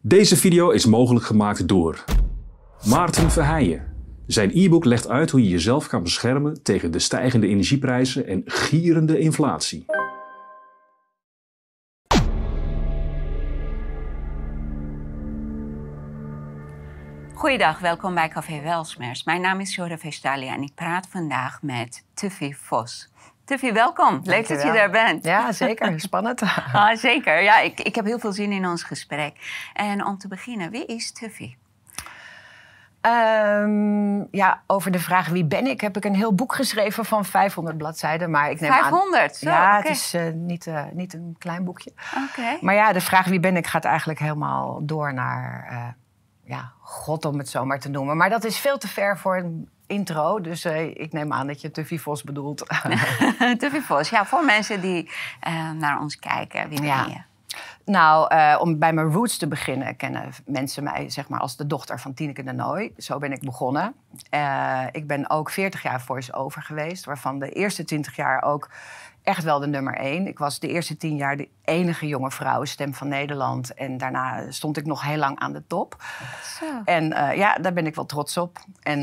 Deze video is mogelijk gemaakt door Maarten Verheijen. Zijn e-book legt uit hoe je jezelf kan beschermen tegen de stijgende energieprijzen en gierende inflatie. Goeiedag, welkom bij Café Welsmers. Mijn naam is Jora Vestalia en ik praat vandaag met Tuffy Vos. Tuffy, welkom. Leuk dat je er bent. Ja, zeker. Spannend. Zeker. Ja, ik heb heel veel zin in ons gesprek. En om te beginnen, wie is Tuffy? Over de vraag wie ben ik, heb ik een heel boek geschreven van 500 bladzijden. Maar ik neem 500? Zo, ja, okay. Het is niet een klein boekje. Okay. Maar ja, de vraag wie ben ik gaat eigenlijk helemaal door naar God, om het zo maar te noemen. Maar dat is veel te ver voor een intro. Dus ik neem aan dat je Tuffy Vos bedoelt. Tuffy Vos, ja, voor mensen die naar ons kijken. Wie ben je? Nou, om bij mijn roots te beginnen, kennen mensen mij zeg maar als de dochter van Tineke de Nooi. Zo ben ik begonnen. Ik ben ook 40 jaar voice-over geweest, waarvan de eerste 20 jaar ook echt wel de nummer 1. Ik was de eerste 10 jaar de enige jonge vrouwenstem van Nederland. En daarna stond ik nog heel lang aan de top. Zo. En daar ben ik wel trots op.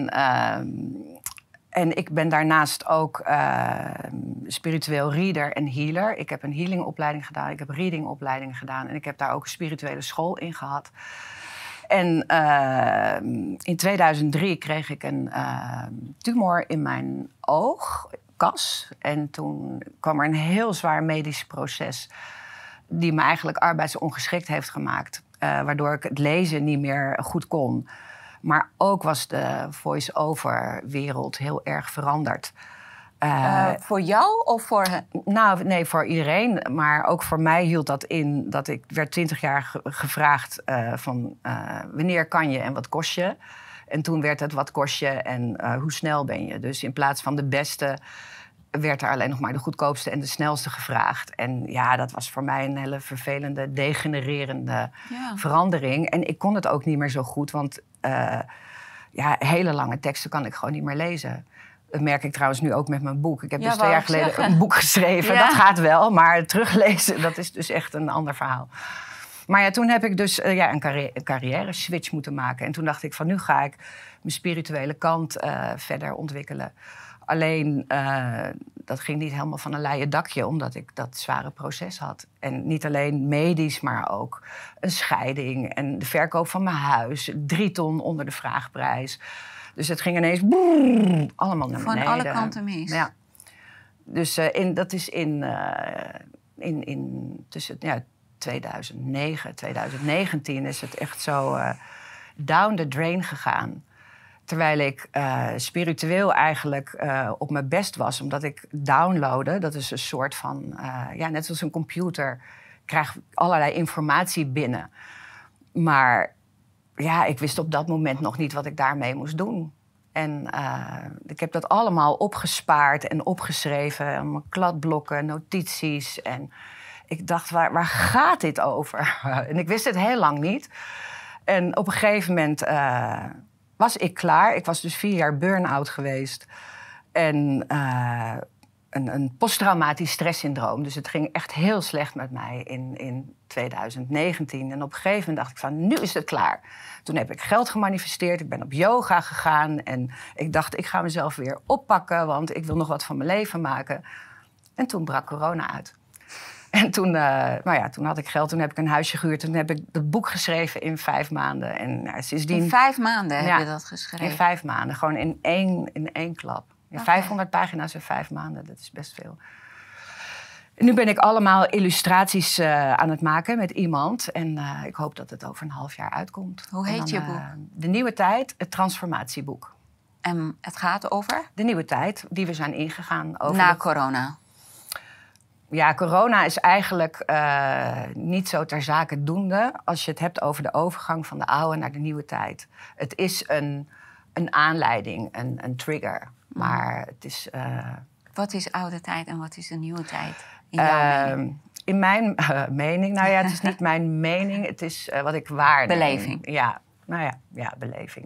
En ik ben daarnaast ook spiritueel reader en healer. Ik heb een healingopleiding gedaan, ik heb readingopleiding gedaan en ik heb daar ook een spirituele school in gehad. En in 2003 kreeg ik een tumor in mijn oog, kas. En toen kwam er een heel zwaar medisch proces die me eigenlijk arbeidsongeschikt heeft gemaakt. Waardoor ik het lezen niet meer goed kon. Maar ook was de voice-over wereld heel erg veranderd. Voor jou of voor... Nou, nee, voor iedereen. Maar ook voor mij hield dat in dat ik werd 20 jaar gevraagd van wanneer kan je en wat kost je? En toen werd het wat kost je en hoe snel ben je? Dus in plaats van de beste werd er alleen nog maar de goedkoopste en de snelste gevraagd. En ja, dat was voor mij een hele vervelende, degenererende verandering. En ik kon het ook niet meer zo goed, want hele lange teksten kan ik gewoon niet meer lezen. Dat merk ik trouwens nu ook met mijn boek. Ik heb dus 2 jaar geleden een boek geschreven. Ja. Dat gaat wel, maar teruglezen, dat is dus echt een ander verhaal. Maar ja, toen heb ik dus een carrière-switch moeten maken. En toen dacht ik van nu ga ik mijn spirituele kant verder ontwikkelen. Alleen, dat ging niet helemaal van een leien dakje, omdat ik dat zware proces had. En niet alleen medisch, maar ook een scheiding en de verkoop van mijn huis. 3 ton onder de vraagprijs. Dus het ging ineens allemaal naar beneden. Van alle kanten mis. Ja. Dus dat is tussen 2009 en 2019 is het echt zo down the drain gegaan. Terwijl ik spiritueel eigenlijk op mijn best was. Omdat ik downloaden, dat is een soort van... net zoals een computer, krijg allerlei informatie binnen. Maar ja, ik wist op dat moment nog niet wat ik daarmee moest doen. En ik heb dat allemaal opgespaard en opgeschreven. Mijn kladblokken, notities. En ik dacht, waar gaat dit over? En ik wist het heel lang niet. En op een gegeven moment... was ik klaar. Ik was dus 4 jaar burn-out geweest. En een posttraumatisch stresssyndroom. Dus het ging echt heel slecht met mij in 2019. En op een gegeven moment dacht ik van, nu is het klaar. Toen heb ik geld gemanifesteerd. Ik ben op yoga gegaan. En ik dacht, ik ga mezelf weer oppakken. Want ik wil nog wat van mijn leven maken. En toen brak corona uit. En toen, toen had ik geld, toen heb ik een huisje gehuurd. Toen heb ik het boek geschreven in 5 maanden. En sindsdien... In 5 maanden heb je dat geschreven? In 5 maanden. Gewoon in één klap. Ja, 500 pagina's in 5 maanden, dat is best veel. En nu ben ik allemaal illustraties aan het maken met iemand. En ik hoop dat het over een half jaar uitkomt. Hoe heet je boek? De Nieuwe Tijd, het transformatieboek. En het gaat over? De nieuwe tijd, die we zijn ingegaan. Over na corona? Ja, corona is eigenlijk niet zo ter zake doende als je het hebt over de overgang van de oude naar de nieuwe tijd. Het is een aanleiding, een trigger. Maar het is... Wat is oude tijd en wat is de nieuwe tijd? In jouw mening? In mijn mening? Nou ja, het is niet mijn mening. Het is wat ik waarneem. Beleving. Ja, beleving.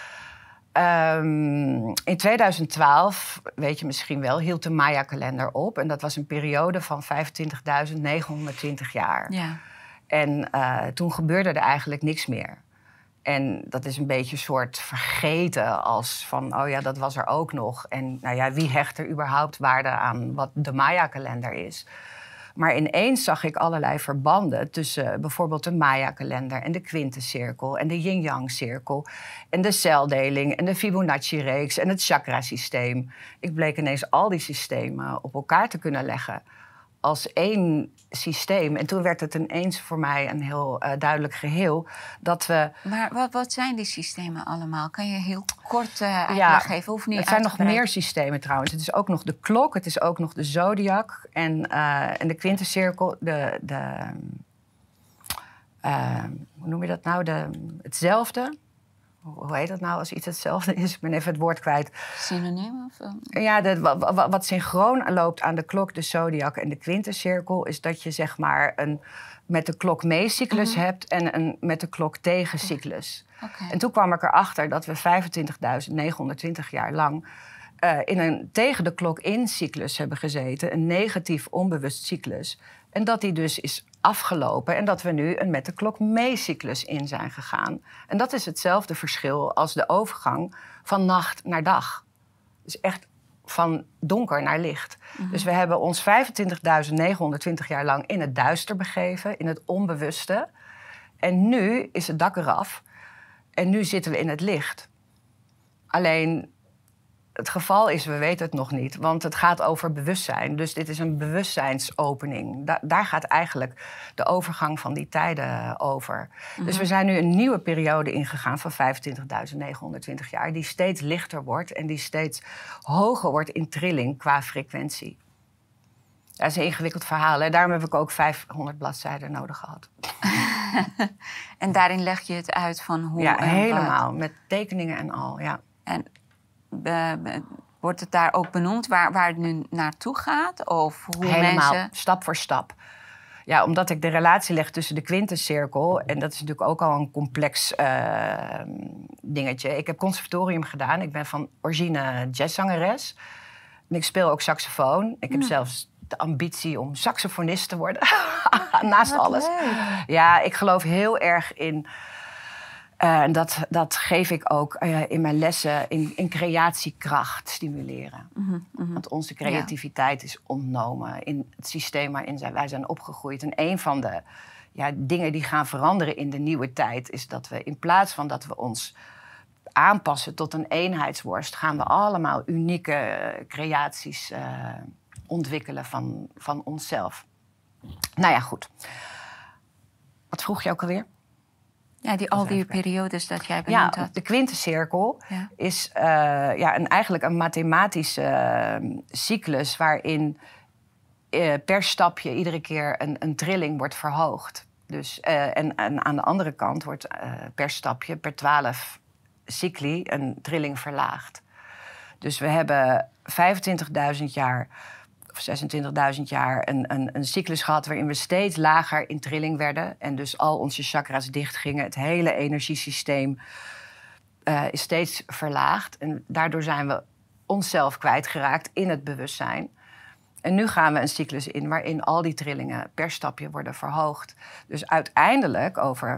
In 2012, weet je misschien wel, hield de Maya-kalender op. En dat was een periode van 25.920 jaar. Ja. En toen gebeurde er eigenlijk niks meer. En dat is een beetje een soort vergeten als van, oh ja, dat was er ook nog. En nou ja, wie hecht er überhaupt waarde aan wat de Maya-kalender is? Maar ineens zag ik allerlei verbanden tussen bijvoorbeeld de Maya-kalender en de Quintuscirkel en de Yin-Yang-cirkel en de celdeling en de Fibonacci-reeks en het chakrasysteem. Ik bleek ineens al die systemen op elkaar te kunnen leggen als één systeem. En toen werd het ineens voor mij een heel duidelijk geheel dat we... Maar wat zijn die systemen allemaal? Kan je heel kort uitleg geven? Hoeft niet het zijn nog meer systemen trouwens. Het is ook nog de klok, het is ook nog de zodiac en de Quintuscirkel, hoe noem je dat nou? Hetzelfde. Hoe heet dat nou als iets hetzelfde is? Ik ben even het woord kwijt. Synoniem? Ja, wat synchroon loopt aan de klok, de zodiac en de Quintuscirkel... is dat je zeg maar een met de klok mee-cyclus hebt en een met de klok tegen-cyclus. Okay. En toen kwam ik erachter dat we 25.920 jaar lang in een tegen de klok in-cyclus hebben gezeten. Een negatief onbewust cyclus. En dat die dus is afgelopen en dat we nu een met de klok mee-cyclus in zijn gegaan. En dat is hetzelfde verschil als de overgang van nacht naar dag. Dus echt van donker naar licht. Dus we hebben ons 25.920 jaar lang in het duister begeven, in het onbewuste. En nu is het dak eraf en nu zitten we in het licht. Alleen het geval is, we weten het nog niet, want het gaat over bewustzijn. Dus dit is een bewustzijnsopening. Daar gaat eigenlijk de overgang van die tijden over. Dus we zijn nu een nieuwe periode ingegaan van 25.920 jaar... die steeds lichter wordt en die steeds hoger wordt in trilling qua frequentie. Dat is een ingewikkeld verhaal. Hè? Daarom heb ik ook 500 bladzijden nodig gehad. En daarin leg je het uit van hoe ja, en helemaal. wat. Met tekeningen en al, ja. En wordt het daar ook benoemd waar het nu naartoe gaat? Of hoe helemaal, mensen... stap voor stap. Ja, omdat ik de relatie leg tussen de Quintuscirkel... en dat is natuurlijk ook al een complex dingetje. Ik heb conservatorium gedaan. Ik ben van origine jazzzangeres. En ik speel ook saxofoon. Ik heb zelfs de ambitie om saxofonist te worden. Naast Wat alles. leuk. Ja, ik geloof heel erg in... En dat geef ik ook in mijn lessen, in creatiekracht stimuleren. Want onze creativiteit is ontnomen in het systeem waarin wij zijn opgegroeid. En een van de dingen die gaan veranderen in de nieuwe tijd... is dat we in plaats van dat we ons aanpassen tot een eenheidsworst... gaan we allemaal unieke creaties ontwikkelen van onszelf. Nou ja, goed. Wat vroeg je ook alweer? Ja, al die periodes dat jij benoemd had. De Quintuscirkel is eigenlijk een mathematische cyclus... waarin per stapje iedere keer een trilling wordt verhoogd. Dus, en aan de andere kant wordt per stapje, per 12 cycli, een trilling verlaagd. Dus we hebben 25.000 jaar... of 26.000 jaar een cyclus gehad... waarin we steeds lager in trilling werden... en dus al onze chakras dicht gingen. Het hele energiesysteem is steeds verlaagd. En daardoor zijn we onszelf kwijtgeraakt in het bewustzijn. En nu gaan we een cyclus in... waarin al die trillingen per stapje worden verhoogd. Dus uiteindelijk, over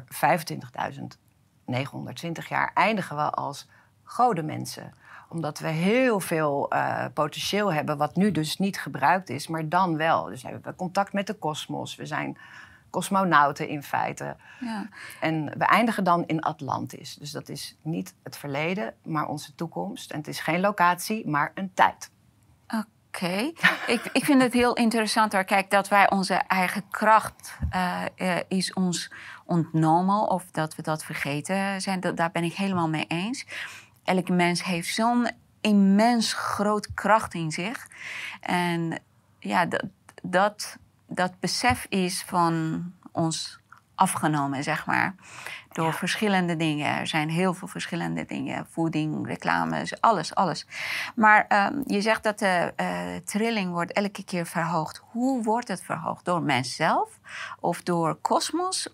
25.920 jaar... eindigen we als godenmensen... omdat we heel veel potentieel hebben... wat nu dus niet gebruikt is, maar dan wel. Dus we hebben contact met de kosmos. We zijn cosmonauten in feite. Ja. En we eindigen dan in Atlantis. Dus dat is niet het verleden, maar onze toekomst. En het is geen locatie, maar een tijd. Oké. Ik vind het heel interessant hoor. Kijk, dat wij onze eigen kracht is ons ontnomen... of dat we dat vergeten zijn. Daar ben ik helemaal mee eens. Elke mens heeft zo'n immens groot kracht in zich. En ja, dat besef is van ons afgenomen, zeg maar. Door verschillende dingen. Er zijn heel veel verschillende dingen. Voeding, reclames, alles. Maar je zegt dat de trilling wordt elke keer verhoogd. Hoe wordt het verhoogd? Door mens zelf? Of door kosmos?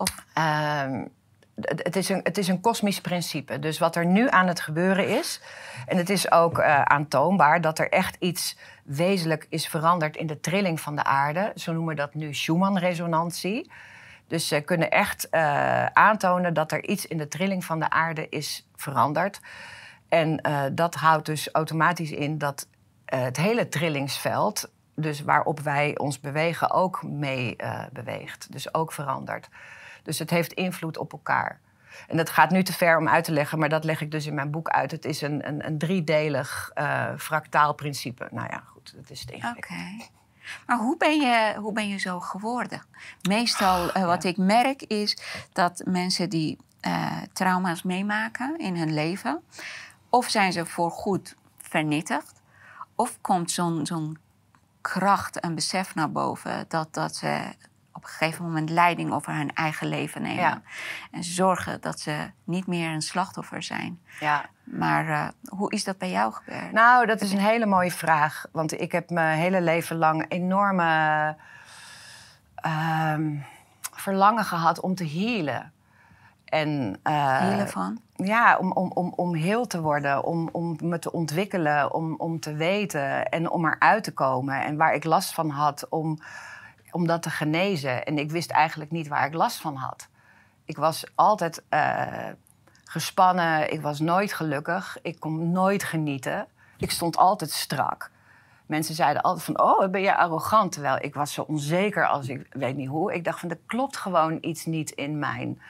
Het is een kosmisch principe. Dus wat er nu aan het gebeuren is... en het is ook aantoonbaar dat er echt iets wezenlijk is veranderd... in de trilling van de aarde. Zo noemen we dat nu Schumann-resonantie. Dus ze kunnen echt aantonen dat er iets in de trilling van de aarde is veranderd. En dat houdt dus automatisch in dat het hele trillingsveld, dus waarop wij ons bewegen, ook mee beweegt. Dus ook verandert. Dus het heeft invloed op elkaar. En dat gaat nu te ver om uit te leggen, maar dat leg ik dus in mijn boek uit. Het is een driedelig fractaal principe. Nou ja, goed, dat is het ingewikkeld. Oké. Maar hoe ben je zo geworden? Meestal wat ik merk is dat mensen die trauma's meemaken in hun leven, of zijn ze voorgoed vernietigd, of komt zo'n kracht en besef naar boven dat ze op een gegeven moment leiding over hun eigen leven nemen. Ja. En zorgen dat ze niet meer een slachtoffer zijn. Ja. Maar hoe is dat bij jou gebeurd? Nou, dat is een hele mooie vraag. Want ik heb mijn hele leven lang enorme verlangen gehad om te healen. En, Healen van? Ja, om heel te worden, om me te ontwikkelen, om te weten en om eruit te komen. En waar ik last van had, om dat te genezen. En ik wist eigenlijk niet waar ik last van had. Ik was altijd gespannen, ik was nooit gelukkig, ik kon nooit genieten. Ik stond altijd strak. Mensen zeiden altijd van, oh, ben je arrogant? Terwijl ik was zo onzeker als ik weet niet hoe. Ik dacht van, er klopt gewoon iets niet in mijn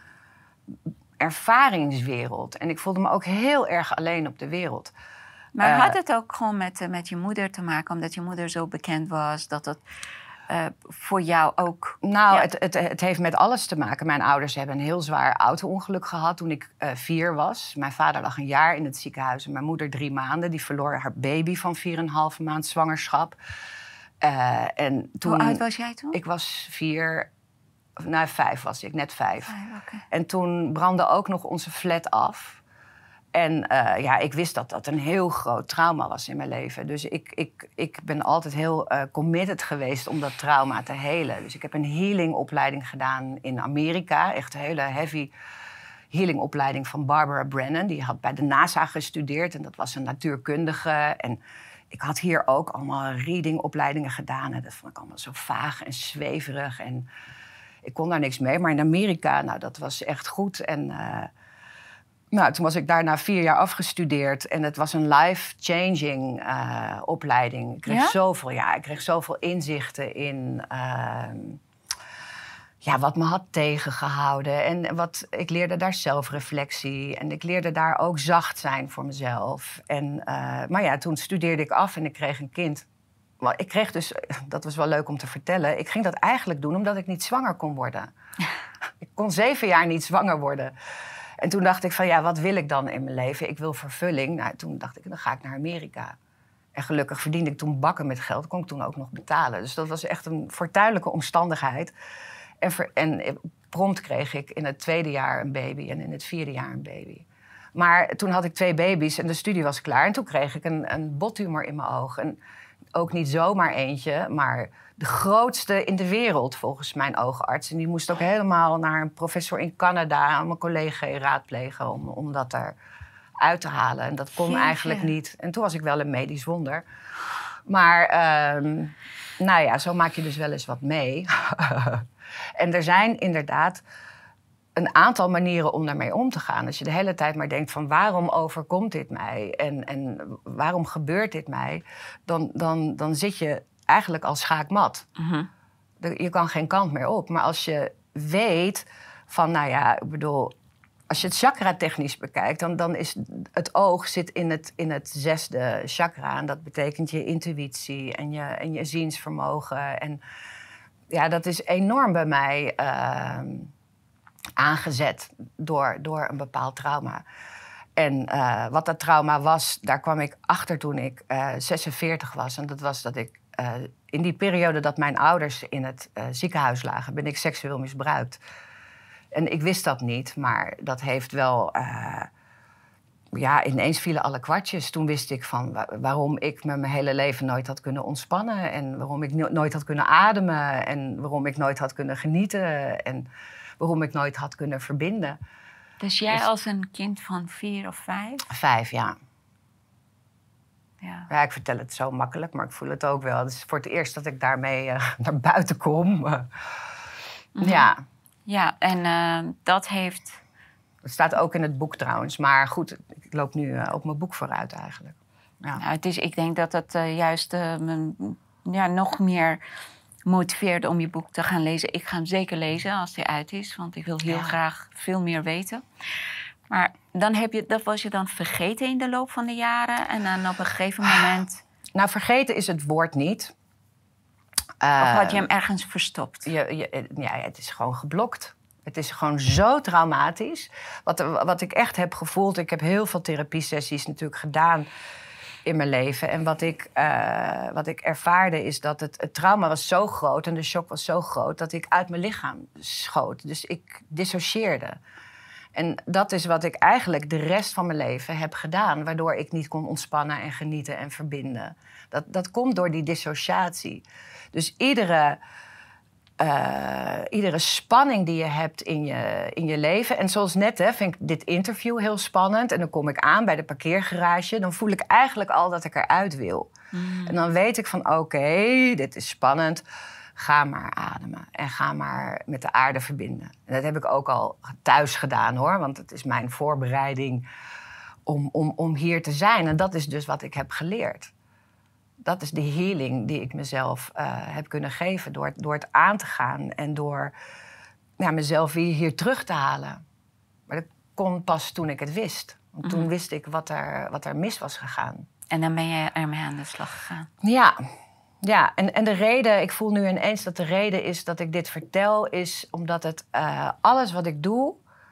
ervaringswereld. En ik voelde me ook heel erg alleen op de wereld. Maar had het ook gewoon met je moeder te maken, omdat je moeder zo bekend was, dat het voor jou ook... Nou, ja. Het heeft met alles te maken. Mijn ouders hebben een heel zwaar auto-ongeluk gehad toen ik 4 was. Mijn vader lag een jaar in het ziekenhuis en mijn moeder 3 maanden. Die verloor haar baby van 4,5 maand zwangerschap. En toen, hoe oud was jij toen? Ik was 4... Nou, 5 was ik, net 5. Okay. En toen brandde ook nog onze flat af. En ja, ik wist dat dat een heel groot trauma was in mijn leven. Dus ik ben altijd heel committed geweest om dat trauma te helen. Dus ik heb een healingopleiding gedaan in Amerika. Echt een hele heavy healingopleiding van Barbara Brennan. Die had bij de NASA gestudeerd en dat was een natuurkundige. En ik had hier ook allemaal readingopleidingen gedaan. En dat vond ik allemaal zo vaag en zweverig. En ik kon daar niks mee. Maar in Amerika, nou, dat was echt goed. En nou, toen was ik daarna 4 jaar afgestudeerd. En het was een life-changing opleiding. Ik kreeg zoveel inzichten in wat me had tegengehouden. En ik leerde daar zelfreflectie. En ik leerde daar ook zacht zijn voor mezelf. En, maar ja, toen studeerde ik af en ik kreeg een kind. Ik kreeg dus, dat was wel leuk om te vertellen, ik ging dat eigenlijk doen omdat ik niet zwanger kon worden. Ik kon 7 jaar niet zwanger worden. En toen dacht ik van, ja, wat wil ik dan in mijn leven? Ik wil vervulling. Nou, toen dacht ik, dan ga ik naar Amerika. En gelukkig verdiende ik toen bakken met geld. Kon ik toen ook nog betalen. Dus dat was echt een fortuinlijke omstandigheid. En prompt kreeg ik in het 2e jaar een baby en in het 4e jaar een baby. Maar toen had ik 2 baby's en de studie was klaar. En toen kreeg ik een bottumor in mijn oog. En ook niet zomaar eentje, maar de grootste in de wereld volgens mijn oogarts. En die moest ook helemaal naar een professor in Canada, mijn collega raadplegen om dat eruit te halen. En dat kon eigenlijk niet. En toen was ik wel een medisch wonder. Maar nou ja, zo maak je dus wel eens wat mee. En er zijn inderdaad een aantal manieren om daarmee om te gaan. Als je de hele tijd maar denkt van waarom overkomt dit mij? En waarom gebeurt dit mij? Dan zit je eigenlijk al schaakmat. Mm-hmm. Je kan geen kant meer op. Maar als je weet van, nou ja, ik bedoel, als je het chakra-technisch bekijkt, dan is het oog zit in het 6e chakra. En dat betekent je intuïtie en je ziensvermogen. En ja, dat is enorm bij mij aangezet door een bepaald trauma. En wat dat trauma was, daar kwam ik achter toen ik 46 was. En dat was dat ik in die periode dat mijn ouders in het ziekenhuis lagen, ben ik seksueel misbruikt. En ik wist dat niet, maar dat heeft wel ineens vielen alle kwartjes. Toen wist ik van waarom ik me mijn hele leven nooit had kunnen ontspannen. En waarom ik nooit had kunnen ademen. En waarom ik nooit had kunnen genieten. En waarom ik nooit had kunnen verbinden. Dus jij als een kind van 4 of 5? 5, ja. Ja. Ja, ik vertel het zo makkelijk, maar ik voel het ook wel. Het is voor het eerst dat ik daarmee naar buiten kom. Mm-hmm. Ja. Ja, en dat heeft... Het staat ook in het boek trouwens. Maar goed, ik loop nu op mijn boek vooruit eigenlijk. Ja. Nou, ik denk dat het juist nog meer motiveert om je boek te gaan lezen. Ik ga hem zeker lezen als hij uit is. Want ik wil heel graag veel meer weten. Maar dan dat was je dan vergeten in de loop van de jaren. En dan op een gegeven moment... Nou, vergeten is het woord niet. Of had je hem ergens verstopt? Ja, het is gewoon geblokt. Het is gewoon zo traumatisch. Wat ik echt heb gevoeld... Ik heb heel veel therapiesessies natuurlijk gedaan in mijn leven. En wat ik ervaarde is dat het trauma was zo groot... en de shock was zo groot dat ik uit mijn lichaam schoot. Dus ik dissocieerde. En dat is wat ik eigenlijk de rest van mijn leven heb gedaan... waardoor ik niet kon ontspannen en genieten en verbinden. Dat komt door die dissociatie. Dus iedere spanning die je hebt in je leven... en zoals net vind ik dit interview heel spannend... en dan kom ik aan bij de parkeergarage... dan voel ik eigenlijk al dat ik eruit wil. En dan weet ik van oké, dit is spannend... Ga maar ademen en ga maar met de aarde verbinden. En dat heb ik ook al thuis gedaan, hoor. Want het is mijn voorbereiding om hier te zijn. En dat is dus wat ik heb geleerd. Dat is de healing die ik mezelf heb kunnen geven... door het aan te gaan en door mezelf weer hier terug te halen. Maar dat kon pas toen ik het wist. Want toen wist ik wat er mis was gegaan. En dan ben je ermee aan de slag gegaan? Ja, en de reden, ik voel nu ineens dat de reden is dat ik dit vertel... is omdat het alles wat ik doe,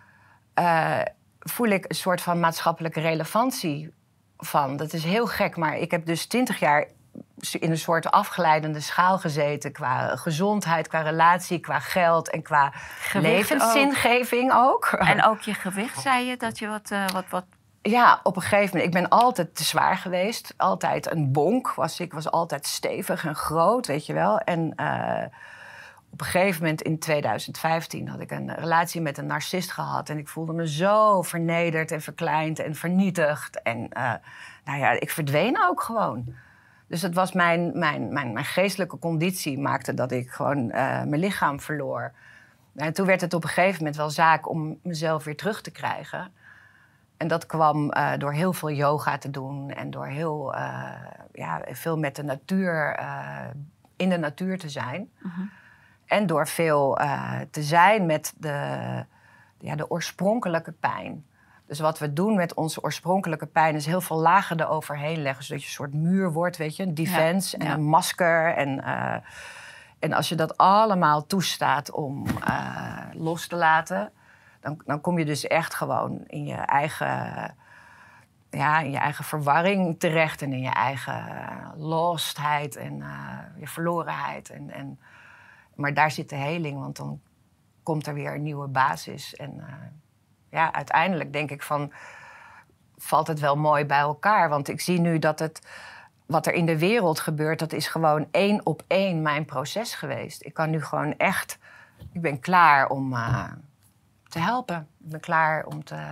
voel ik een soort van maatschappelijke relevantie van. Dat is heel gek, maar ik heb dus 20 jaar in een soort afgeleidende schaal gezeten... qua gezondheid, qua relatie, qua geld en qua levenszingeving ook. En ook je gewicht, zei je, dat je wat... Ja, op een gegeven moment. Ik ben altijd te zwaar geweest. Altijd een bonk was ik. Was altijd stevig en groot, weet je wel. En op een gegeven moment in 2015 had ik een relatie met een narcist gehad. En ik voelde me zo vernederd en verkleind en vernietigd. En ik verdween ook gewoon. Dus het was mijn geestelijke conditie maakte dat ik gewoon mijn lichaam verloor. En toen werd het op een gegeven moment wel zaak om mezelf weer terug te krijgen... En dat kwam door heel veel yoga te doen en door heel veel met de natuur, in de natuur te zijn. En door veel te zijn met de oorspronkelijke pijn. Dus wat we doen met onze oorspronkelijke pijn is heel veel lagen eroverheen leggen. Zodat je een soort muur wordt, weet je, een defense en een masker. En als je dat allemaal toestaat om los te laten... Dan kom je dus echt gewoon in je eigen verwarring terecht... en in je eigen lostheid en je verlorenheid. Maar daar zit de heling, want dan komt er weer een nieuwe basis. En uiteindelijk denk ik van... valt het wel mooi bij elkaar. Want ik zie nu dat wat er in de wereld gebeurt... dat is gewoon 1 op 1 mijn proces geweest. Ik kan nu gewoon echt... Ik ben klaar om... te helpen. Ik ben klaar om te...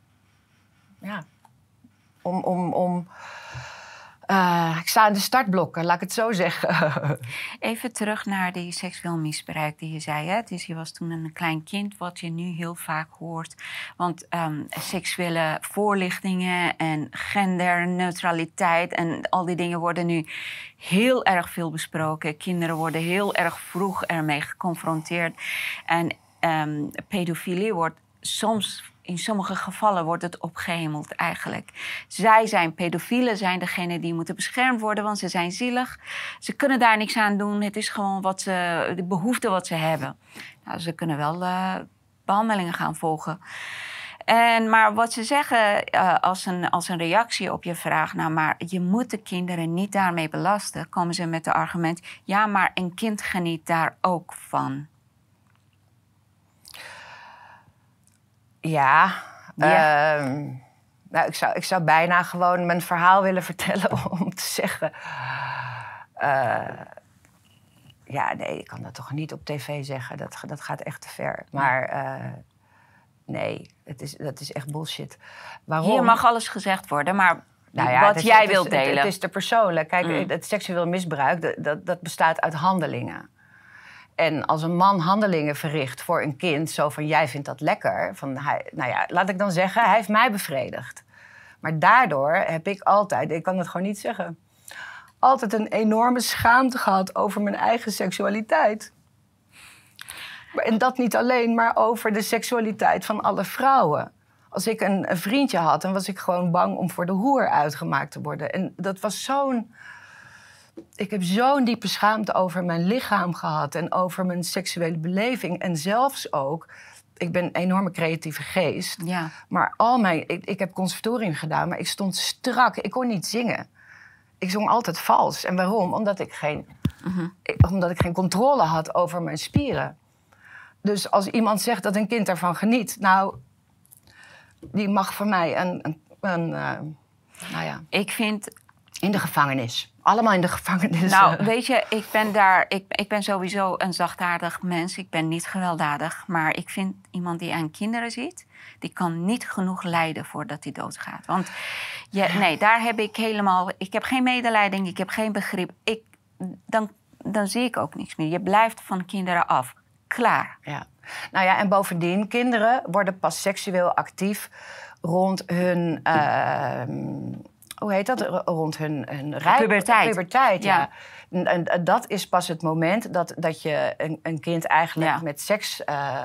ik sta in de startblokken, laat ik het zo zeggen. Even terug naar die seksueel misbruik die je zei. Hè? Dus je was toen een klein kind, wat je nu heel vaak hoort. Want seksuele voorlichtingen en genderneutraliteit... en al die dingen worden nu heel erg veel besproken. Kinderen worden heel erg vroeg ermee geconfronteerd. En pedofilie wordt soms, in sommige gevallen wordt het opgehemeld eigenlijk. Pedofielen zijn degene die moeten beschermd worden, want ze zijn zielig. Ze kunnen daar niks aan doen. Het is gewoon de behoefte wat ze hebben. Nou, ze kunnen wel behandelingen gaan volgen. Maar wat ze zeggen als een reactie op je vraag... nou, maar je moet de kinderen niet daarmee belasten... komen ze met het argument... ja, maar een kind geniet daar ook van. Ja. Ik zou bijna gewoon mijn verhaal willen vertellen om te zeggen... nee, ik kan dat toch niet op tv zeggen. Dat gaat echt te ver. Maar nee, dat is echt bullshit. Waarom? Hier mag alles gezegd worden, maar wat jij wilt delen. Het is te persoonlijk. Kijk, het seksueel misbruik, dat bestaat uit handelingen. En als een man handelingen verricht voor een kind, zo van jij vindt dat lekker. Laat ik dan zeggen, hij heeft mij bevredigd. Maar daardoor heb ik altijd, ik kan het gewoon niet zeggen, altijd een enorme schaamte gehad over mijn eigen seksualiteit. En dat niet alleen, maar over de seksualiteit van alle vrouwen. Als ik een vriendje had, dan was ik gewoon bang om voor de hoer uitgemaakt te worden. En dat was ik heb zo'n diepe schaamte over mijn lichaam gehad en over mijn seksuele beleving. En zelfs ook, ik ben een enorme creatieve geest. Ja. Maar ik heb conservatorium gedaan, maar ik stond strak. Ik kon niet zingen. Ik zong altijd vals. En waarom? Omdat ik geen controle had over mijn spieren. Dus als iemand zegt dat een kind daarvan geniet, nou, die mag voor mij Ik vind... In de gevangenis. Allemaal in de gevangenis. Nou, weet je, ik ben sowieso een zachtaardig mens. Ik ben niet gewelddadig. Maar ik vind iemand die aan kinderen ziet, die kan niet genoeg lijden voordat hij doodgaat. Want daar heb ik helemaal... Ik heb geen medelijding, ik heb geen begrip. Dan zie ik ook niks meer. Je blijft van kinderen af. Klaar. Ja. Nou ja, en bovendien, kinderen worden pas seksueel actief rond hun... hoe heet dat? Rond hun puberteit. Ja. En dat is pas het moment dat je een kind eigenlijk met seks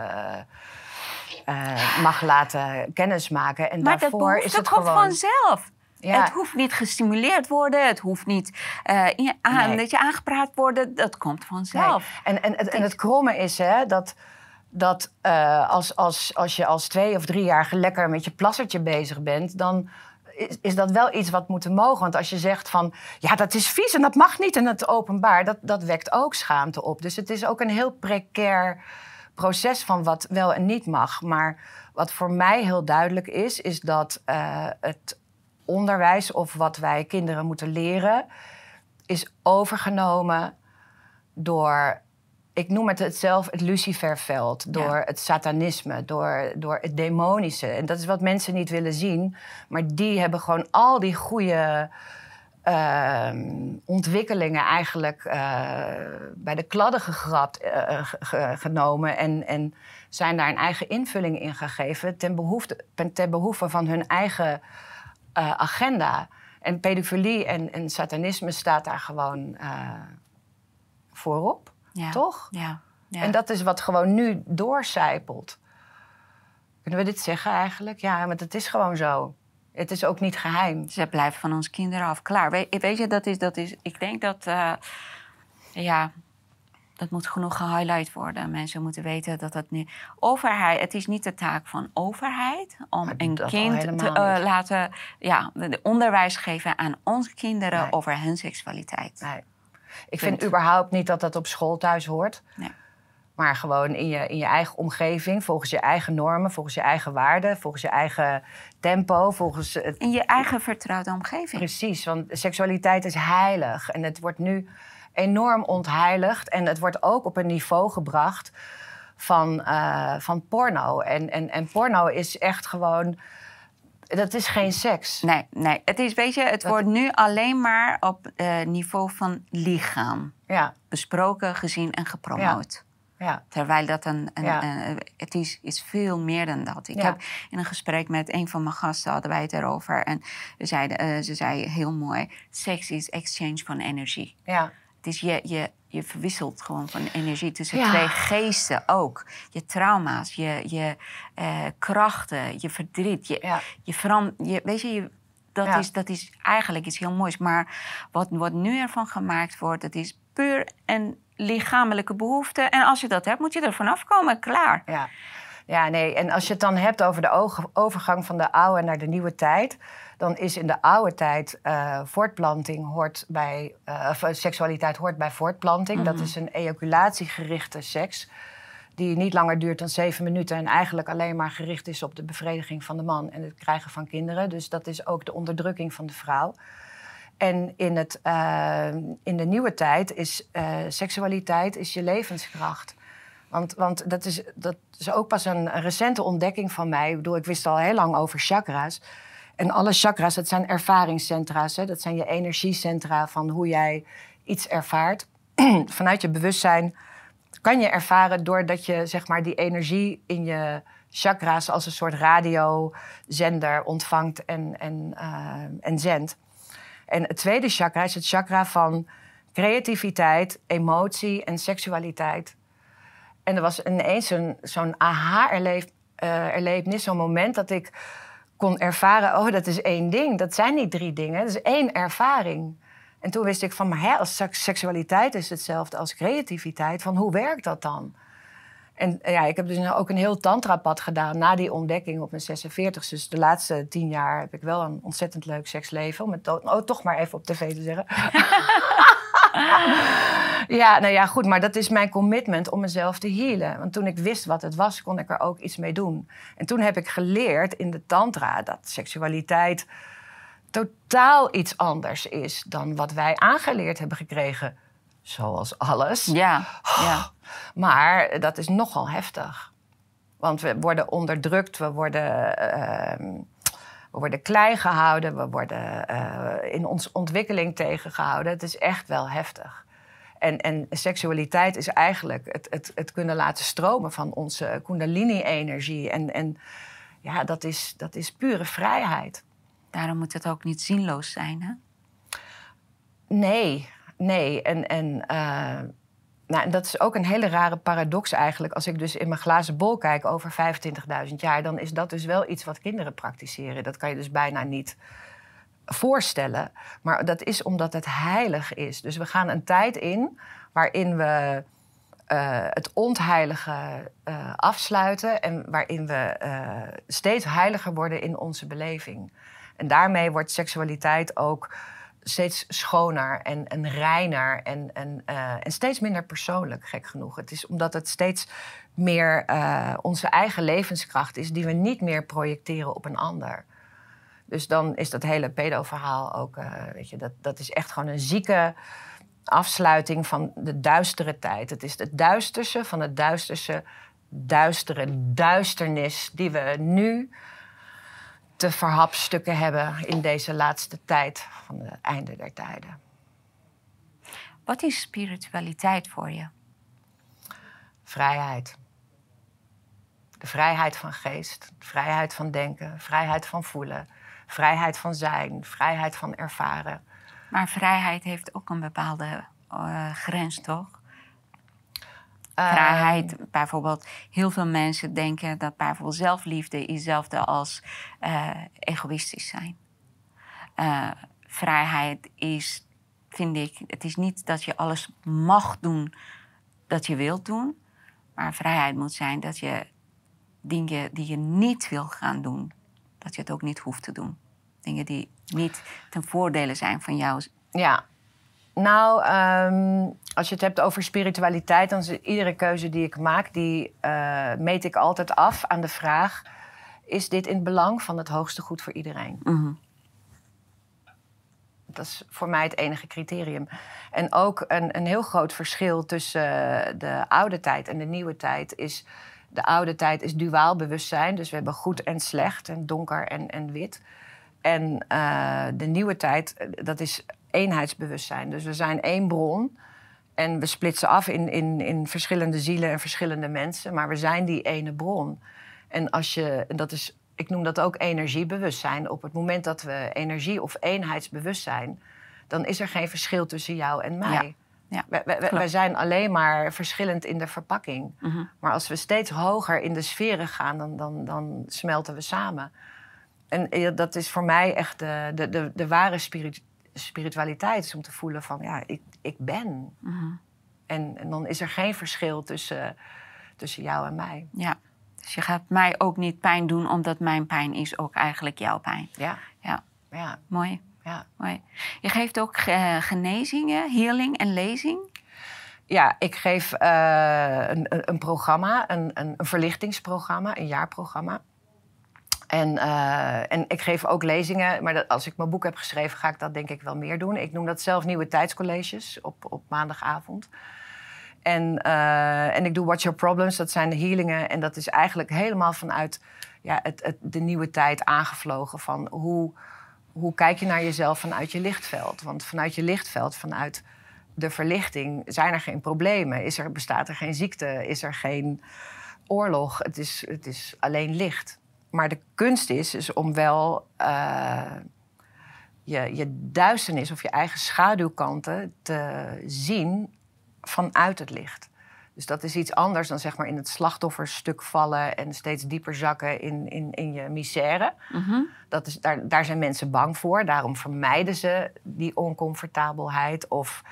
mag laten kennismaken. En maar daarvoor is het gewoon... komt vanzelf. Ja. Het hoeft niet gestimuleerd worden. Het hoeft niet dat je aangepraat wordt. Dat komt vanzelf. Nee. En het kromme is dat als je als 2 of 3-jarige lekker met je plassertje bezig bent, dan is dat wel iets wat moet mogen. Want als je zegt van, ja, dat is vies en dat mag niet in het openbaar, dat wekt ook schaamte op. Dus het is ook een heel precair proces van wat wel en niet mag. Maar wat voor mij heel duidelijk is dat het onderwijs of wat wij kinderen moeten leren, is overgenomen door, ik noem het zelf het Luciferveld, door het satanisme, door het demonische. En dat is wat mensen niet willen zien. Maar die hebben gewoon al die goede ontwikkelingen eigenlijk bij de kladden genomen en zijn daar een eigen invulling in gegeven ten behoeve van hun eigen agenda. En pedofilie en satanisme staat daar gewoon voorop. Ja. Toch? Ja. En dat is wat gewoon nu doorcijpelt. Kunnen we dit zeggen eigenlijk? Ja, maar het is gewoon zo. Het is ook niet geheim. Ze blijven van ons kinderen af. Klaar. Weet je, dat is... Ik denk dat... dat moet genoeg gehighlight worden. Mensen moeten weten dat dat nu... Overheid, het is niet de taak van overheid om een kind te laten... onderwijs geven aan onze kinderen over hun seksualiteit. Nee. Ik vind überhaupt niet dat dat op school thuis hoort. Nee. Maar gewoon in je eigen omgeving, volgens je eigen normen, volgens je eigen waarden, volgens je eigen tempo, in je eigen vertrouwde omgeving. Precies, want seksualiteit is heilig. En het wordt nu enorm ontheiligd. En het wordt ook op een niveau gebracht van porno. En porno is echt gewoon... Dat is geen seks. Nee. Het is, weet je, het wordt nu alleen maar op niveau van lichaam besproken, gezien en gepromoot. Ja. Terwijl dat het is veel meer dan dat. Ik heb in een gesprek met een van mijn gasten hadden wij het erover. En ze zei heel mooi, seks is exchange van energie. Ja. Het is je verwisselt gewoon van energie tussen twee geesten ook. Je trauma's, je krachten, je verdriet. Dat is eigenlijk iets heel moois. Maar wat nu ervan gemaakt wordt, dat is puur een lichamelijke behoefte. En als je dat hebt, moet je er vanaf komen. Klaar. Ja, nee. En als je het dan hebt over de overgang van de oude naar de nieuwe tijd, dan is in de oude tijd seksualiteit hoort bij voortplanting. Mm-hmm. Dat is een ejaculatiegerichte seks die niet langer duurt dan 7 minuten en eigenlijk alleen maar gericht is op de bevrediging van de man en het krijgen van kinderen. Dus dat is ook de onderdrukking van de vrouw. En in de nieuwe tijd is seksualiteit is je levenskracht. Want dat is ook pas een recente ontdekking van mij. Ik wist al heel lang over chakra's. En alle chakra's, dat zijn ervaringscentra's. Hè? Dat zijn je energiecentra van hoe jij iets ervaart. Vanuit je bewustzijn kan je ervaren doordat je zeg maar die energie in je chakra's als een soort radiozender ontvangt en zendt. En het tweede chakra is het chakra van creativiteit, emotie en seksualiteit. En er was ineens zo'n aha-erlevenis, zo'n moment dat ik kon ervaren, oh, dat is één ding. Dat zijn niet 3 dingen, dat is 1 ervaring. En toen wist ik van, maar als seksualiteit is hetzelfde als creativiteit, van hoe werkt dat dan? En ja, ik heb dus ook een heel tantrapad gedaan na die ontdekking op mijn 46. Dus de laatste 10 jaar heb ik wel een ontzettend leuk seksleven. Om het toch maar even op tv te zeggen. Ja, nou ja, goed, maar dat is mijn commitment om mezelf te healen. Want toen ik wist wat het was, kon ik er ook iets mee doen. En toen heb ik geleerd in de tantra dat seksualiteit totaal iets anders is dan wat wij aangeleerd hebben gekregen. Zoals alles. Ja. Maar dat is nogal heftig. Want we worden onderdrukt, we worden klein gehouden, we worden in onze ontwikkeling tegengehouden. Het is echt wel heftig. En seksualiteit is eigenlijk het kunnen laten stromen van onze kundalini-energie. En ja, dat is pure vrijheid. Daarom moet het ook niet zinloos zijn, hè? Nee. Nou, en dat is ook een hele rare paradox eigenlijk. Als ik dus in mijn glazen bol kijk over 25.000 jaar... dan is dat dus wel iets wat kinderen praktiseren. Dat kan je dus bijna niet voorstellen. Maar dat is omdat het heilig is. Dus we gaan een tijd in waarin we het ontheilige afsluiten... en waarin we steeds heiliger worden in onze beleving. En daarmee wordt seksualiteit ook steeds schoner en reiner en steeds minder persoonlijk, gek genoeg. Het is omdat het steeds meer onze eigen levenskracht is die we niet meer projecteren op een ander. Dus dan is dat hele pedo-verhaal ook, weet je, dat is echt gewoon een zieke afsluiting van de duistere tijd. Het is het duisterste van het duistere duisternis die we nu te verhapstukken hebben in deze laatste tijd van het einde der tijden. Wat is spiritualiteit voor je? Vrijheid. De vrijheid van geest, vrijheid van denken, vrijheid van voelen, vrijheid van zijn, vrijheid van ervaren. Maar vrijheid heeft ook een bepaalde grens, toch? Vrijheid, bijvoorbeeld, heel veel mensen denken dat bijvoorbeeld zelfliefde is hetzelfde als egoïstisch zijn. Vrijheid is, vind ik, het is niet dat je alles mag doen dat je wilt doen. Maar vrijheid moet zijn dat je dingen die je niet wil gaan doen, dat je het ook niet hoeft te doen. Dingen die niet ten voordele zijn van jou. Ja. Nou, als je het hebt over spiritualiteit, dan is iedere keuze die ik maak, die meet ik altijd af aan de vraag: is dit in het belang van het hoogste goed voor iedereen? Mm-hmm. Dat is voor mij het enige criterium. En ook een heel groot verschil tussen de oude tijd en de nieuwe tijd is: de oude tijd is duaal bewustzijn, dus we hebben goed en slecht en donker en wit. En de nieuwe tijd, dat is eenheidsbewustzijn. Dus we zijn één bron en we splitsen af in verschillende zielen en verschillende mensen, maar we zijn die ene bron. En ik noem dat ook energiebewustzijn. Op het moment dat we energie- of eenheidsbewustzijn, dan is er geen verschil tussen jou en mij. Ja. Wij zijn alleen maar verschillend in de verpakking. Mm-hmm. Maar als we steeds hoger in de sferen gaan, dan smelten we samen. En dat is voor mij echt de ware spiritualiteit. Is om te voelen van, ja, ik ben. Mm-hmm. En dan is er geen verschil tussen jou en mij. Ja, dus je gaat mij ook niet pijn doen, omdat mijn pijn is ook eigenlijk jouw pijn. Ja. Mooi. Ja. Mooi. Je geeft ook genezingen, healing en lezing. Ja, ik geef een programma, een verlichtingsprogramma, een jaarprogramma. En ik geef ook lezingen, maar als ik mijn boek heb geschreven, ga ik dat denk ik wel meer doen. Ik noem dat zelf nieuwe tijdscolleges op maandagavond. En ik doe What's Your Problems, dat zijn de healingen. En dat is eigenlijk helemaal vanuit de nieuwe tijd aangevlogen van hoe kijk je naar jezelf vanuit je lichtveld. Want vanuit je lichtveld, vanuit de verlichting zijn er geen problemen. Bestaat er geen ziekte? Is er geen oorlog? Het is alleen licht. Maar de kunst is om wel je duisternis of je eigen schaduwkanten te zien vanuit het licht. Dus dat is iets anders dan zeg maar in het slachtofferstuk vallen en steeds dieper zakken in je misère. Mhm. Daar zijn mensen bang voor. Daarom vermijden ze die oncomfortabelheid of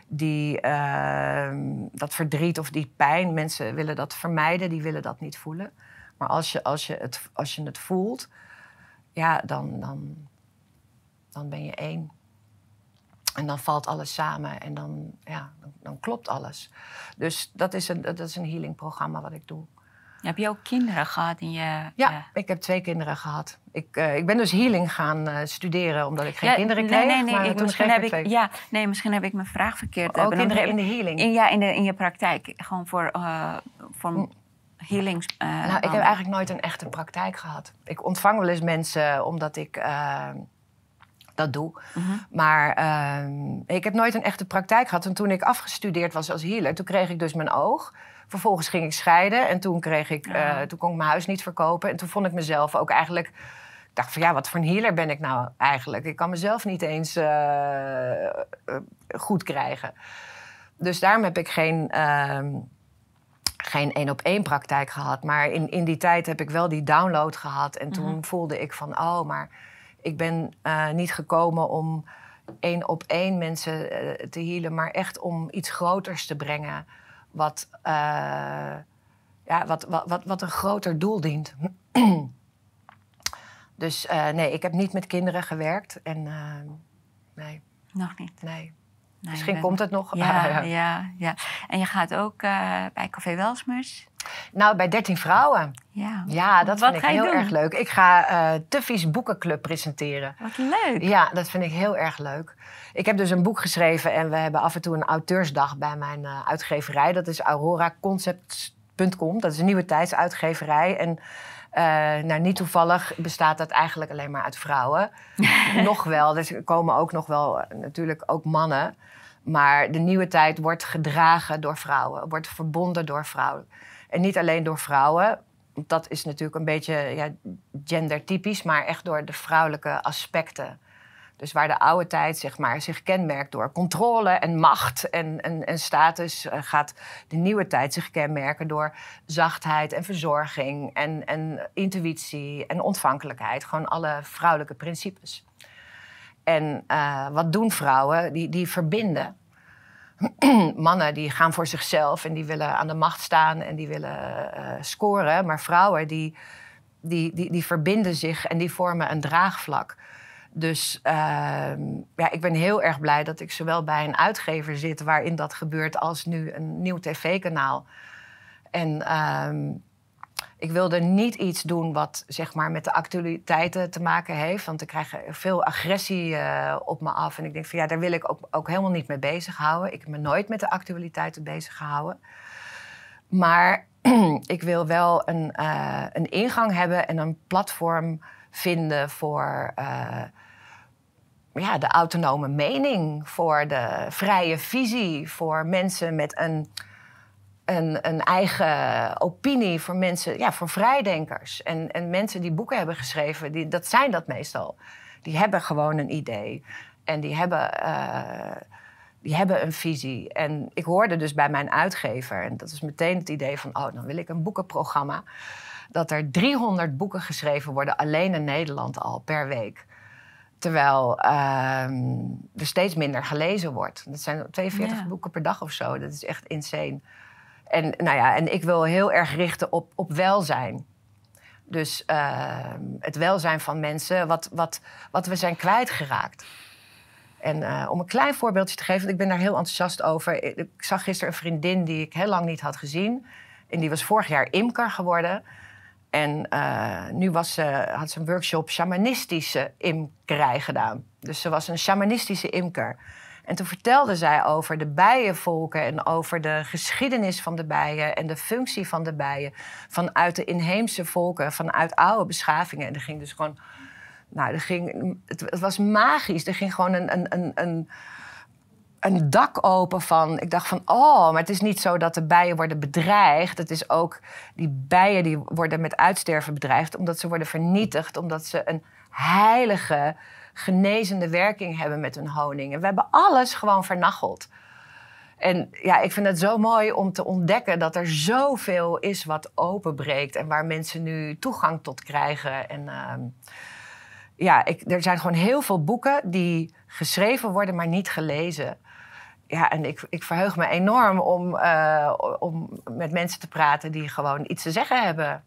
dat verdriet of die pijn. Mensen willen dat vermijden, die willen dat niet voelen. Maar als je het voelt, ja, dan ben je één. En dan valt alles samen en dan klopt alles. Dus dat is een healingprogramma wat ik doe. Heb je ook kinderen gehad in je... Ja, ik heb 2 kinderen gehad. Ik ben dus healing gaan studeren omdat ik geen kinderen kreeg. Misschien heb ik mijn vraag verkeerd. Ook kinderen in de healing? In je praktijk. Gewoon voor healings... ik heb eigenlijk nooit een echte praktijk gehad. Ik ontvang wel eens mensen omdat ik... dat doe. Mm-hmm. Maar ik heb nooit een echte praktijk gehad. En toen ik afgestudeerd was als healer, toen kreeg ik dus mijn oog. Vervolgens ging ik scheiden en toen kon ik mijn huis niet verkopen. En toen vond ik mezelf ook eigenlijk... Ik dacht van wat voor een healer ben ik nou eigenlijk? Ik kan mezelf niet eens goed krijgen. Dus daarom heb ik geen 1-op-1 praktijk gehad. Maar in die tijd heb ik wel die download gehad. En toen voelde ik van, maar... Ik ben niet gekomen om 1-op-1 mensen te healen, maar echt om iets groters te brengen. Wat een groter doel dient. Dus nee, ik heb niet met kinderen gewerkt. En nee. Nog niet? Nee. Misschien komt het nog. Ja. En je gaat ook bij Café Welsmers? Nou, bij 13 vrouwen. Ja, dat vind ik heel erg leuk. Ik ga Tuffy's Boekenclub presenteren. Wat leuk. Ja, dat vind ik heel erg leuk. Ik heb dus een boek geschreven en we hebben af en toe een auteursdag bij mijn uitgeverij. Dat is auroraconcepts.com. Dat is een nieuwe tijdsuitgeverij. En niet toevallig bestaat dat eigenlijk alleen maar uit vrouwen. Nog wel, er komen ook nog wel natuurlijk ook mannen. Maar de nieuwe tijd wordt gedragen door vrouwen. Wordt verbonden door vrouwen. En niet alleen door vrouwen. Dat is natuurlijk een beetje gendertypisch. Maar echt door de vrouwelijke aspecten. Dus waar de oude tijd zich kenmerkt door controle en macht en status... gaat de nieuwe tijd zich kenmerken door zachtheid en verzorging... en intuïtie en ontvankelijkheid. Gewoon alle vrouwelijke principes. En wat doen vrouwen? Die verbinden. Mannen die gaan voor zichzelf en die willen aan de macht staan en die willen scoren. Maar vrouwen die verbinden zich en die vormen een draagvlak. Dus ik ben heel erg blij dat ik zowel bij een uitgever zit waarin dat gebeurt als nu een nieuw tv-kanaal. En ik wilde niet iets doen wat zeg maar met de actualiteiten te maken heeft. Want ik krijg veel agressie op me af. En ik denk van daar wil ik ook helemaal niet mee bezighouden. Ik heb me nooit met de actualiteiten bezig gehouden. Maar ik wil wel een ingang hebben en een platform vinden voor de autonome mening. Voor de vrije visie. Voor mensen met een eigen opinie. Voor mensen, voor vrijdenkers. En mensen die boeken hebben geschreven, dat zijn dat meestal. Die hebben gewoon een idee. En die hebben een visie. En ik hoorde dus bij mijn uitgever, en dat is meteen het idee van, dan wil ik een boekenprogramma, dat er 300 boeken geschreven worden, alleen in Nederland al, per week. Terwijl er steeds minder gelezen wordt. Dat zijn 42 boeken per dag of zo. Dat is echt insane. En ik wil heel erg richten op welzijn. Dus het welzijn van mensen, wat we zijn kwijtgeraakt. En om een klein voorbeeldje te geven, want ik ben daar heel enthousiast over. Ik zag gisteren een vriendin die ik heel lang niet had gezien. En die was vorig jaar imker geworden. En nu had ze een workshop shamanistische imkerij gedaan. Dus ze was een shamanistische imker. En toen vertelde zij over de bijenvolken en over de geschiedenis van de bijen en de functie van de bijen vanuit de inheemse volken, vanuit oude beschavingen. En er ging dus gewoon, het was magisch. Er ging gewoon een dak open van... Ik dacht van, oh, maar het is niet zo dat de bijen worden bedreigd. Het is ook, die bijen die worden met uitsterven bedreigd... omdat ze worden vernietigd, omdat ze een heilige, genezende werking hebben met hun honing. En we hebben alles gewoon vernacheld. En ja, ik vind het zo mooi om te ontdekken dat er zoveel is wat openbreekt... en waar mensen nu toegang tot krijgen. En er zijn gewoon heel veel boeken die geschreven worden, maar niet gelezen. Ja, en ik verheug me enorm om met mensen te praten die gewoon iets te zeggen hebben.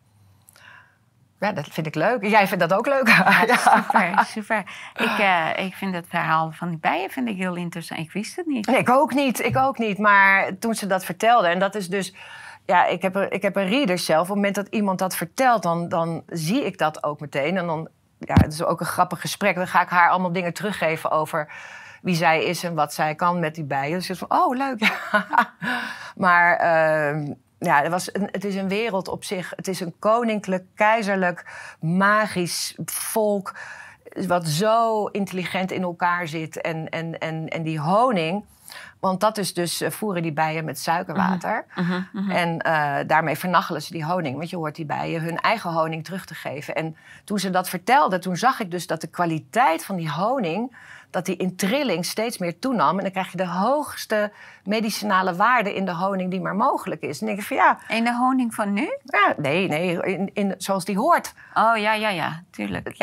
Ja, dat vind ik leuk. Jij vindt dat ook leuk? Ja, super, super. Ik vind het verhaal van die bijen vind ik heel interessant. Ik wist het niet. Nee, ik ook niet. Maar toen ze dat vertelde, en dat is dus... Ja, ik heb een reader zelf. Op het moment dat iemand dat vertelt, dan zie ik dat ook meteen. En dan, ja, het is ook een grappig gesprek. Dan ga ik haar allemaal dingen teruggeven over wie zij is en wat zij kan met die bijen. Dus ik van, oh, leuk. Ja. Maar... ja, het is een wereld op zich. Het is een koninklijk, keizerlijk, magisch volk... wat zo intelligent in elkaar zit. En die honing... Want dat is dus voeren die bijen met suikerwater. En daarmee vernachelen ze die honing. Want je hoort die bijen hun eigen honing terug te geven. En toen ze dat vertelde, toen zag ik dus dat de kwaliteit van die honing... dat die in trilling steeds meer toenam. En dan krijg je de hoogste medicinale waarde in de honing die maar mogelijk is. En dan denk ik van ja... In de honing van nu? Ja, nee, zoals die hoort. Oh, ja, tuurlijk.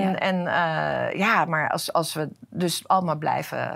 Ja, maar als we dus allemaal blijven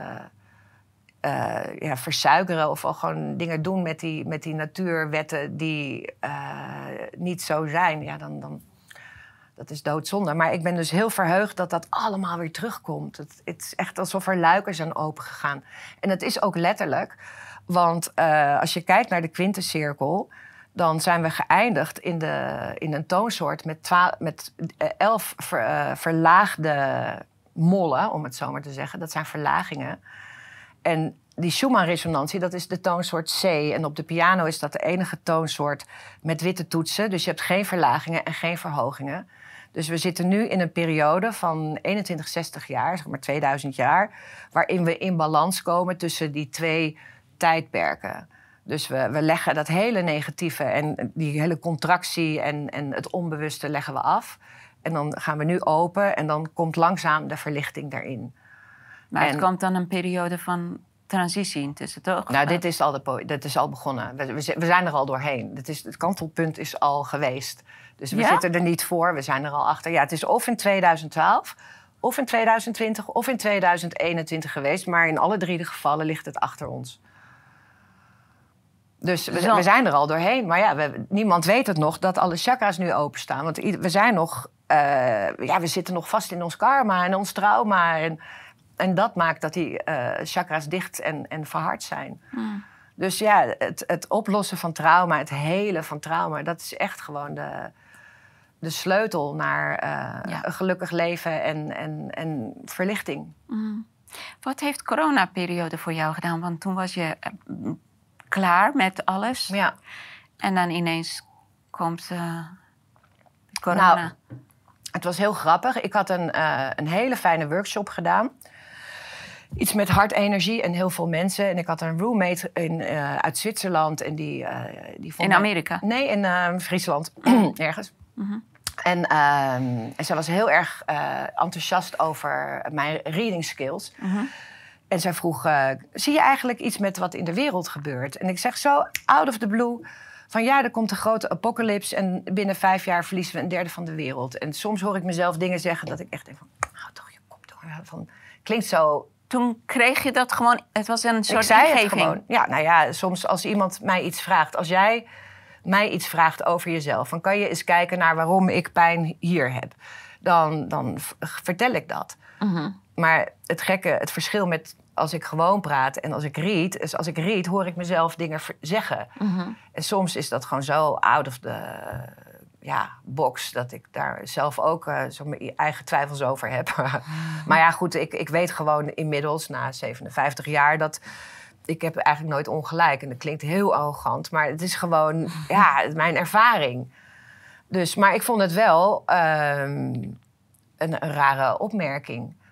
versuikeren... of al gewoon dingen doen met die natuurwetten die niet zo zijn... ja, dan dat is doodzonde. Maar ik ben dus heel verheugd dat dat allemaal weer terugkomt. Het is echt alsof er luiken zijn opengegaan. En het is ook letterlijk. Want als je kijkt naar de kwintencirkel... dan zijn we geëindigd in een toonsoort met 11 verlaagde mollen, om het zo maar te zeggen. Dat zijn verlagingen. En die Schumann-resonantie, dat is de toonsoort C. En op de piano is dat de enige toonsoort met witte toetsen. Dus je hebt geen verlagingen en geen verhogingen. Dus we zitten nu in een periode van 2160 jaar, zeg maar 2000 jaar... waarin we in balans komen tussen die twee tijdperken. Dus we leggen dat hele negatieve en die hele contractie en het onbewuste leggen we af. En dan gaan we nu open en dan komt langzaam de verlichting daarin. Maar het komt dan een periode van transitie intussen, toch? Nou, dit is al begonnen. We zijn er al doorheen. Het kantelpunt is al geweest. Dus we zitten er niet voor, we zijn er al achter. Ja, het is of in 2012, of in 2020, of in 2021 geweest. Maar in alle 3 de gevallen ligt het achter ons. Dus we zijn er al doorheen. Maar ja, niemand weet het nog dat alle chakras nu openstaan. Want we zijn nog... we zitten nog vast in ons karma en ons trauma. En dat maakt dat die chakras dicht en verhard zijn. Dus ja, het oplossen van trauma, het helen van trauma... dat is echt gewoon de sleutel naar een gelukkig leven en verlichting. Wat heeft coronaperiode voor jou gedaan? Want toen was je klaar met alles. Ja. En dan ineens komt corona. Nou, het was heel grappig. Ik had een hele fijne workshop gedaan. Iets met hartenergie en heel veel mensen. En ik had een roommate uit Zwitserland. En die vond in Amerika? Nee, in Friesland. Ergens. En zij was heel erg enthousiast over mijn reading skills. En zij vroeg, zie je eigenlijk iets met wat in de wereld gebeurt? En ik zeg zo, out of the blue... van ja, er komt een grote apocalypse... en binnen 5 jaar verliezen we 1/3 van de wereld. En soms hoor ik mezelf dingen zeggen dat ik echt denk van... hou toch je kop door. Klinkt zo... Toen kreeg je dat gewoon... Het was een soort ik zei ingeving. Het gewoon. Ja, nou ja, soms als iemand mij iets vraagt... als jij mij iets vraagt over jezelf... dan kan je eens kijken naar waarom ik pijn hier heb. Dan vertel ik dat. Maar het verschil met als ik gewoon praat en als ik read... is als ik read hoor ik mezelf dingen zeggen. En soms is dat gewoon zo out of the box... dat ik daar zelf ook zo mijn eigen twijfels over heb. Maar ja, goed, ik weet gewoon inmiddels na 57 jaar... dat ik heb eigenlijk nooit ongelijk. En dat klinkt heel arrogant, maar het is gewoon mijn ervaring. Dus, maar ik vond het wel een rare opmerking...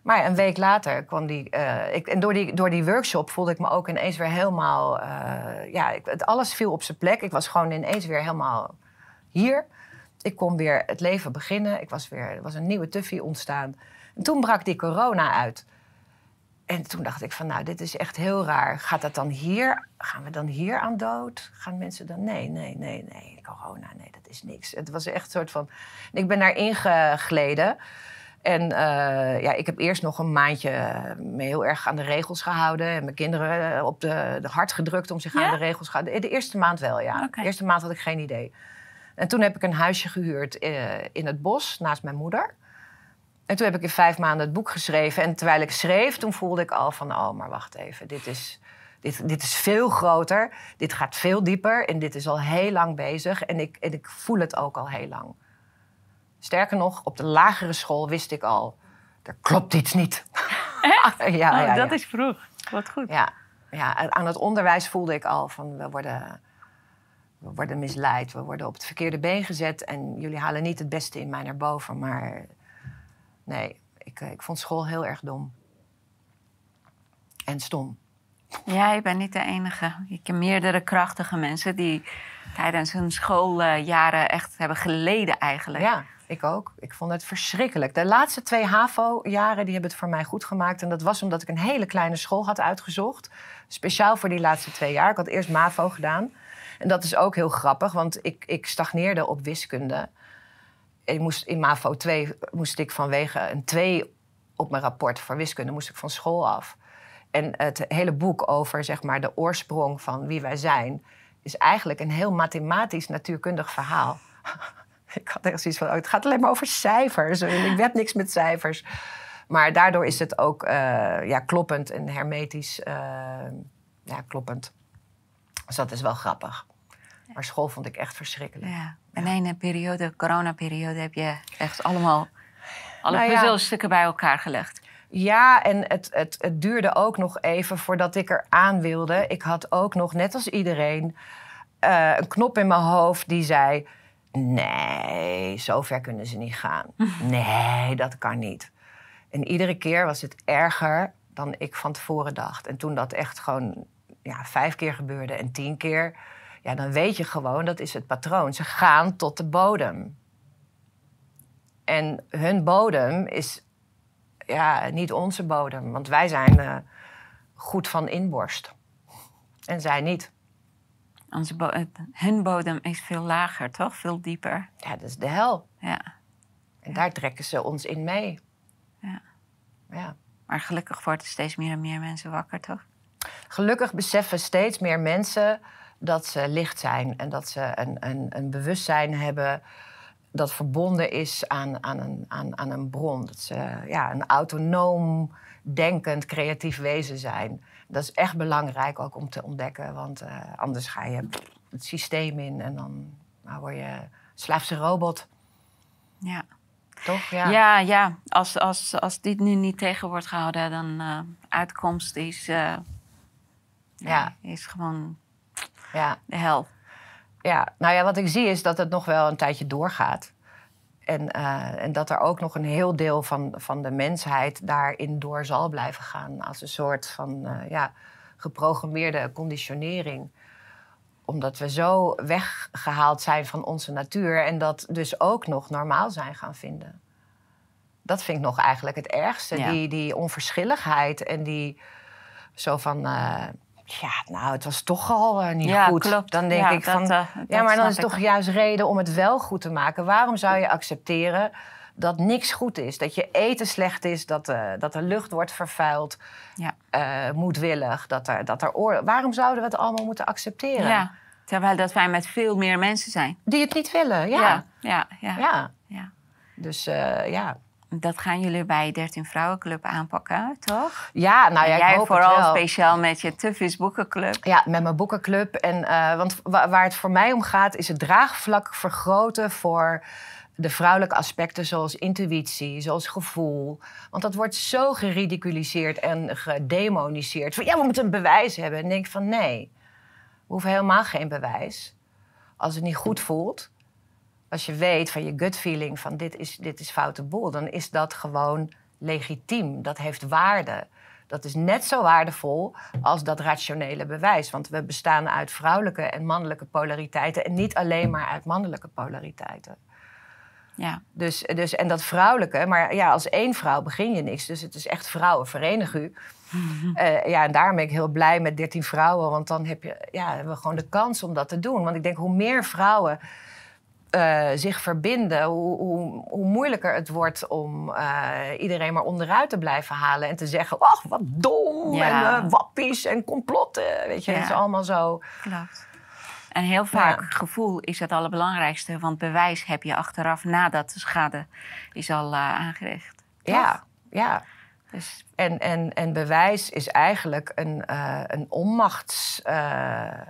Maar een week later kwam en door die workshop voelde ik me ook ineens weer helemaal... alles viel op zijn plek. Ik was gewoon ineens weer helemaal hier. Ik kon weer het leven beginnen. Er was een nieuwe Tuffy ontstaan. En toen brak die corona uit. En toen dacht ik van, nou, dit is echt heel raar. Gaat dat dan hier? Gaan we dan hier aan dood? Gaan mensen dan... Nee. Corona, nee, dat is niks. Het was echt een soort van... Ik ben daarin gegleden. En ik heb eerst nog een maandje me heel erg aan de regels gehouden. En mijn kinderen op de hart gedrukt om zich aan de regels te houden. De eerste maand wel, ja. Okay. De eerste maand had ik geen idee. En toen heb ik een huisje gehuurd in het bos, naast mijn moeder. En toen heb ik in 5 maanden het boek geschreven. En terwijl ik schreef, toen voelde ik al van... oh, maar wacht even, dit is veel groter. Dit gaat veel dieper. En dit is al heel lang bezig. En ik voel het ook al heel lang. Sterker nog, op de lagere school wist ik al... er klopt iets niet. Echt? Ja. Dat is vroeg. Wat goed. Ja, aan het onderwijs voelde ik al van... we worden misleid. We worden op het verkeerde been gezet. En jullie halen niet het beste in mij naar boven. Maar nee, ik vond school heel erg dom. En stom. Ja, je bent niet de enige. Ik ken meerdere krachtige mensen die tijdens hun schooljaren echt hebben geleden eigenlijk. Ja, ik ook. Ik vond het verschrikkelijk. De laatste 2 HAVO-jaren die hebben het voor mij goed gemaakt. En dat was omdat ik een hele kleine school had uitgezocht. Speciaal voor die laatste 2 jaar. Ik had eerst MAVO gedaan. En dat is ook heel grappig, want ik stagneerde op wiskunde. In MAVO 2 moest ik vanwege een 2 op mijn rapport voor wiskunde... moest ik van school af. En het hele boek over zeg maar, de oorsprong van wie wij zijn... is eigenlijk een heel mathematisch, natuurkundig verhaal. Ik had echt zoiets van, het gaat alleen maar over cijfers. En ik werd niks met cijfers. Maar daardoor is het ook kloppend en hermetisch kloppend. Dus dat is wel grappig. Maar school vond ik echt verschrikkelijk. Ja. In een periode, coronaperiode, heb je echt alle puzzelstukken bij elkaar gelegd. Ja, en het duurde ook nog even voordat ik er aan wilde. Ik had ook nog, net als iedereen, een knop in mijn hoofd die zei... nee, zover kunnen ze niet gaan. Nee, dat kan niet. En iedere keer was het erger dan ik van tevoren dacht. En toen dat echt gewoon 5 keer gebeurde en 10 keer... ja, dan weet je gewoon, dat is het patroon. Ze gaan tot de bodem. En hun bodem is niet onze bodem. Want wij zijn goed van inborst. En zij niet. Hun bodem is veel lager, toch? Veel dieper. Ja, dat is de hel. Ja. En daar trekken ze ons in mee. Ja. Maar gelukkig worden steeds meer en meer mensen wakker, toch? Gelukkig beseffen steeds meer mensen dat ze licht zijn. En dat ze een bewustzijn hebben dat verbonden is aan een bron. Dat ze een autonoom, denkend, creatief wezen zijn. Dat is echt belangrijk ook om te ontdekken. Want anders ga je het systeem in en dan word je slaafse robot. Ja. Toch? Ja. Als dit nu niet tegen wordt gehouden, dan uitkomst is gewoon de hel. Ja, wat ik zie is dat het nog wel een tijdje doorgaat. En dat er ook nog een heel deel van de mensheid daarin door zal blijven gaan. Als een soort van geprogrammeerde conditionering. Omdat we zo weggehaald zijn van onze natuur. En dat dus ook nog normaal zijn gaan vinden. Dat vind ik nog eigenlijk het ergste. Ja. Die onverschilligheid en die zo van... het was toch al niet goed. Klopt. Dan denk ik van... maar dan is het toch juist reden om het wel goed te maken. Waarom zou je accepteren dat niks goed is? Dat je eten slecht is, dat de lucht wordt vervuild, moedwillig. Waarom zouden we het allemaal moeten accepteren? Ja, terwijl dat wij met veel meer mensen zijn. Die het niet willen, ja. Dus Dat gaan jullie bij 13 Vrouwenclub aanpakken, toch? Ja, ik jij hoop vooral het wel. Speciaal met je Tuffies Boekenclub. Ja, met mijn boekenclub. Want waar het voor mij om gaat, is het draagvlak vergroten voor de vrouwelijke aspecten zoals intuïtie, zoals gevoel. Want dat wordt zo geridiculiseerd en gedemoniseerd. Van, we moeten een bewijs hebben. En ik denk van nee, we hoeven helemaal geen bewijs. Als het niet goed voelt, als je weet van je gut feeling van dit is foute boel, dan is dat gewoon legitiem, dat heeft waarde. Dat is net zo waardevol als dat rationele bewijs. Want we bestaan uit vrouwelijke en mannelijke polariteiten en niet alleen maar uit mannelijke polariteiten. Ja. Dus, en dat vrouwelijke, maar ja, als één vrouw begin je niks. Dus het is echt vrouwen, verenig u. En daarom ben ik heel blij met 13 vrouwen. Want dan hebben we gewoon de kans om dat te doen. Want ik denk, hoe meer vrouwen zich verbinden, hoe moeilijker het wordt om iedereen maar onderuit te blijven halen. En te zeggen, ach, wat dom, en wappies en complotten. Weet je, het is allemaal zo. Klopt. En heel vaak gevoel is het allerbelangrijkste. Want bewijs heb je achteraf nadat de schade is al aangericht. Toch? Ja. Dus. En bewijs is eigenlijk een onmachtszet.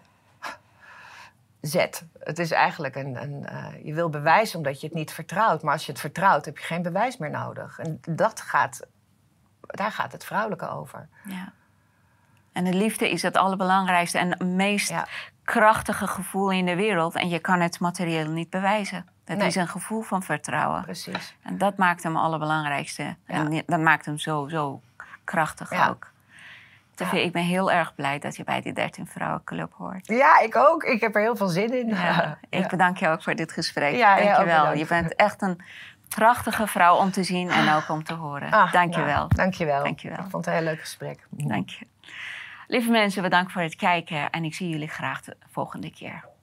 Het is eigenlijk je wil bewijzen omdat je het niet vertrouwt. Maar als je het vertrouwt, heb je geen bewijs meer nodig. En daar gaat het vrouwelijke over. Ja. En de liefde is het allerbelangrijkste en het meest krachtige gevoel in de wereld. En je kan het materieel niet bewijzen. Dat is een gevoel van vertrouwen. Precies. En dat maakt hem allerbelangrijkste. Ja. En dat maakt hem zo krachtig ook. Ik ben heel erg blij dat je bij die 13 Vrouwenclub hoort. Ja, ik ook. Ik heb er heel veel zin in. Ik bedank je ook voor dit gesprek. Ja, dank je wel. Je bent echt een prachtige vrouw om te zien en ook om te horen. Dank je wel. Dank je wel. Dank je wel. Ik vond het een heel leuk gesprek. Dank je. Lieve mensen, bedankt voor het kijken en ik zie jullie graag de volgende keer.